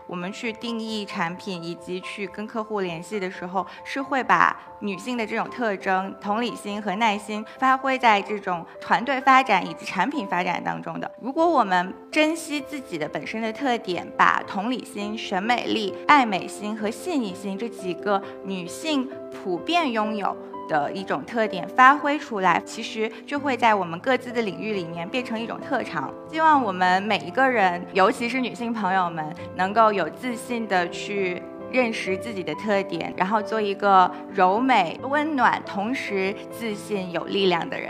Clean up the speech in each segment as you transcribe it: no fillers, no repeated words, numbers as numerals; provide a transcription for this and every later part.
我们去定义产品以及去跟客户联系的时候，是会把女性的这种特征、同理心和耐心发挥在这种团队发展以及产品发展当中的。如果我们珍惜自己的本身的特点，把同理心、审美力、爱美心和细腻心这几个女性普遍拥有的一种特点发挥出来，其实就会在我们各自的领域里面变成一种特长。希望我们每一个人，尤其是女性朋友们，能够有自信的去认识自己的特点，然后做一个柔美、温暖，同时自信、有力量的人。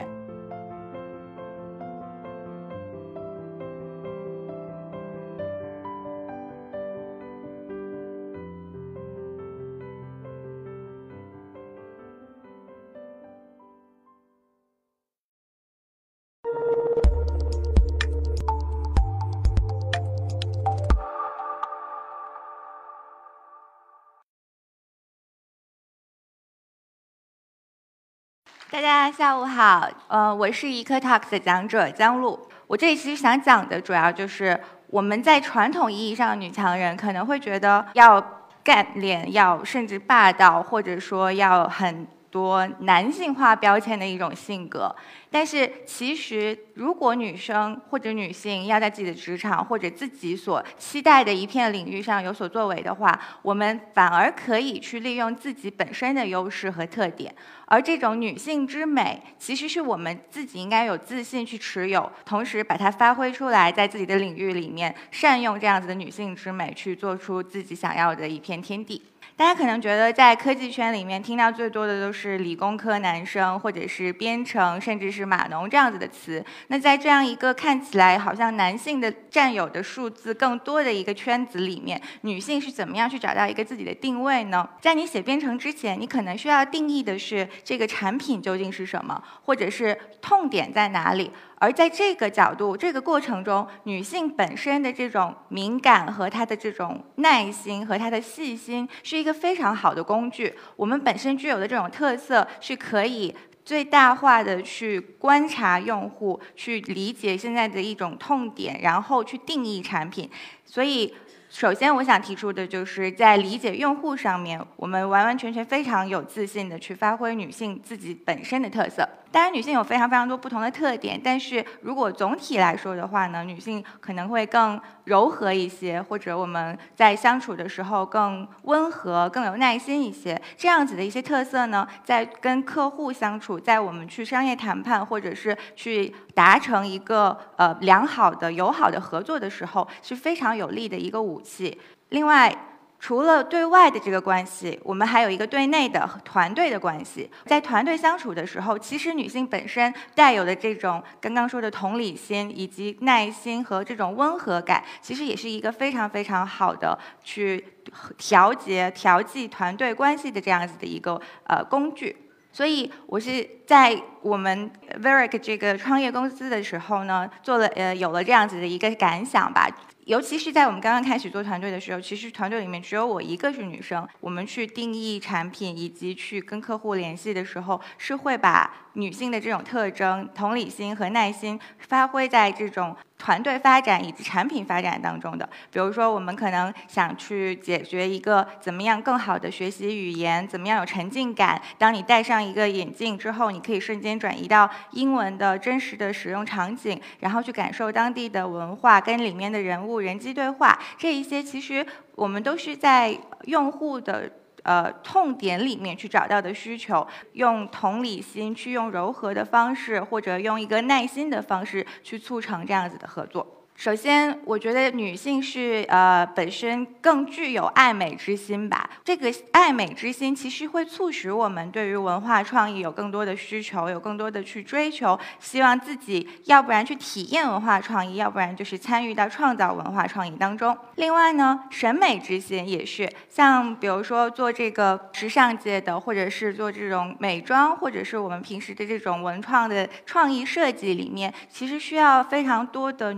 大家下午好，我是一课 Talk 的讲者江璐。我这里其实想讲的主要就是我们在传统意义上的女强人可能会觉得要干练，要甚至霸道，或者说要很多男性化标签的一种性格。但是其实如果女生或者女性要在自己的职场或者自己所期待的一片领域上有所作为的话，我们反而可以去利用自己本身的优势和特点。而这种女性之美，其实是我们自己应该有自信去持有，同时把它发挥出来，在自己的领域里面善用这样子的女性之美，去做出自己想要的一片天地。大家可能觉得在科技圈里面听到最多的都是理工科男生，或者是编程，甚至是码农这样子的词。那在这样一个看起来好像男性的占有的数字更多的一个圈子里面，女性是怎么样去找到一个自己的定位呢？在你写编程之前，你可能需要定义的是这个产品究竟是什么，或者是痛点在哪里。而在这个角度、这个过程中，女性本身的这种敏感和她的这种耐心和她的细心，是一个非常好的工具。我们本身具有的这种特色，是可以最大化的去观察用户，去理解现在的一种痛点，然后去定义产品。所以首先我想提出的就是在理解用户上面，我们完完全全非常有自信的去发挥女性自己本身的特色。当然女性有非常非常多不同的特点，但是如果总体来说的话呢，女性可能会更柔和一些，或者我们在相处的时候更温和、更有耐心一些。这样子的一些特色呢，在跟客户相处，在我们去商业谈判或者是去达成一个良好的、友好的合作的时候，是非常有利的一个武器。另外，除了对外的这个关系，我们还有一个对内的团队的关系。在团队相处的时候，其实女性本身带有的这种刚刚说的同理心，以及耐心和这种温和感，其实也是一个非常非常好的去调剂团队关系的这样子的一个工具。所以我是在我们 Veric 这个创业公司的时候呢，有了这样子的一个感想吧。尤其是在我们刚刚开始做团队的时候，其实团队里面只有我一个是女生。我们去定义产品以及去跟客户联系的时候，是会把女性的这种特征、同理心和耐心发挥在这种团队发展以及产品发展当中的。比如说，我们可能想去解决一个怎么样更好的学习语言，怎么样有沉浸感。当你戴上一个眼镜之后，你可以瞬间转移到英文的真实的使用场景，然后去感受当地的文化跟里面的人物人机对话。这一些其实我们都是在用户的痛点里面去找到的需求，用同理心去用柔和的方式，或者用一个耐心的方式去促成这样子的合作。首先，我觉得女性是本身更具有爱美之心吧。这个爱美之心其实会促使我们对于文化创意有更多的需求，有更多的去追求，希望自己要不然去体验文化创意，要不然就是参与到创造文化创意当中。另外呢，审美之心也是，像比如说做这个时尚界的，或者是做这种美妆，或者是我们平时的这种文创的创意设计里面，其实需要非常多的女性的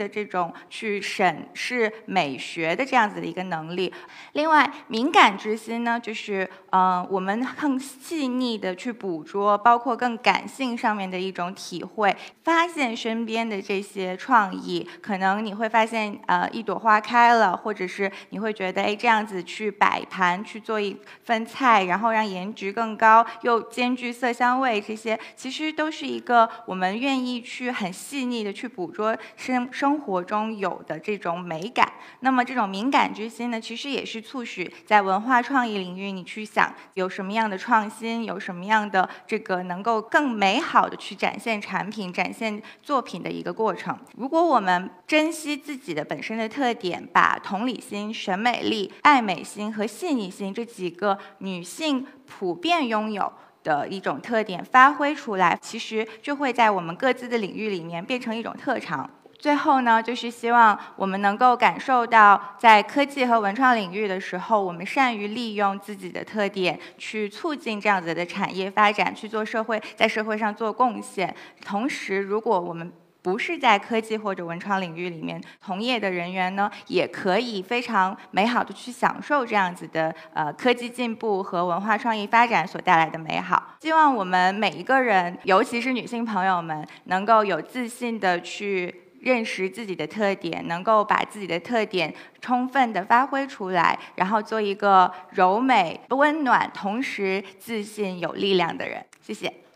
这种去审视美学的这样子的一个能力。另外，敏感之心呢，就是我们更细腻的去捕捉，包括更感性上面的一种体会，发现身边的这些创意。可能你会发现一朵花开了，或者是你会觉得这样子去摆盘去做一份菜，然后让颜值更高，又兼具色香味，这些其实都是一个我们愿意去很细腻的去捕捉生活中有的这种美感。那么这种敏感之心呢，其实也是促使在文化创意领域你去想有什么样的创新，有什么样的这个能够更美好的去展现产品、展现作品的一个过程。如果我们珍惜自己的本身的特点，把同理心、审美力、爱美心和细腻心这几个女性普遍拥有的一种特点发挥出来，其实就会在我们各自的领域里面变成一种特长。最后呢，就是希望我们能够感受到，在科技和文创领域的时候，我们善于利用自己的特点，去促进这样子的产业发展，去做在社会上做贡献。同时，如果我们不是在科技或者文创领域里面从业的人员呢，也可以非常美好的去享受这样子的科技进步和文化创意发展所带来的美好。希望我们每一个人，尤其是女性朋友们，能够有自信的去认识自己的特点，能够把自己的特点充分的发挥出来，然后做一个柔美、温暖，同时自信、有力量的人。谢谢。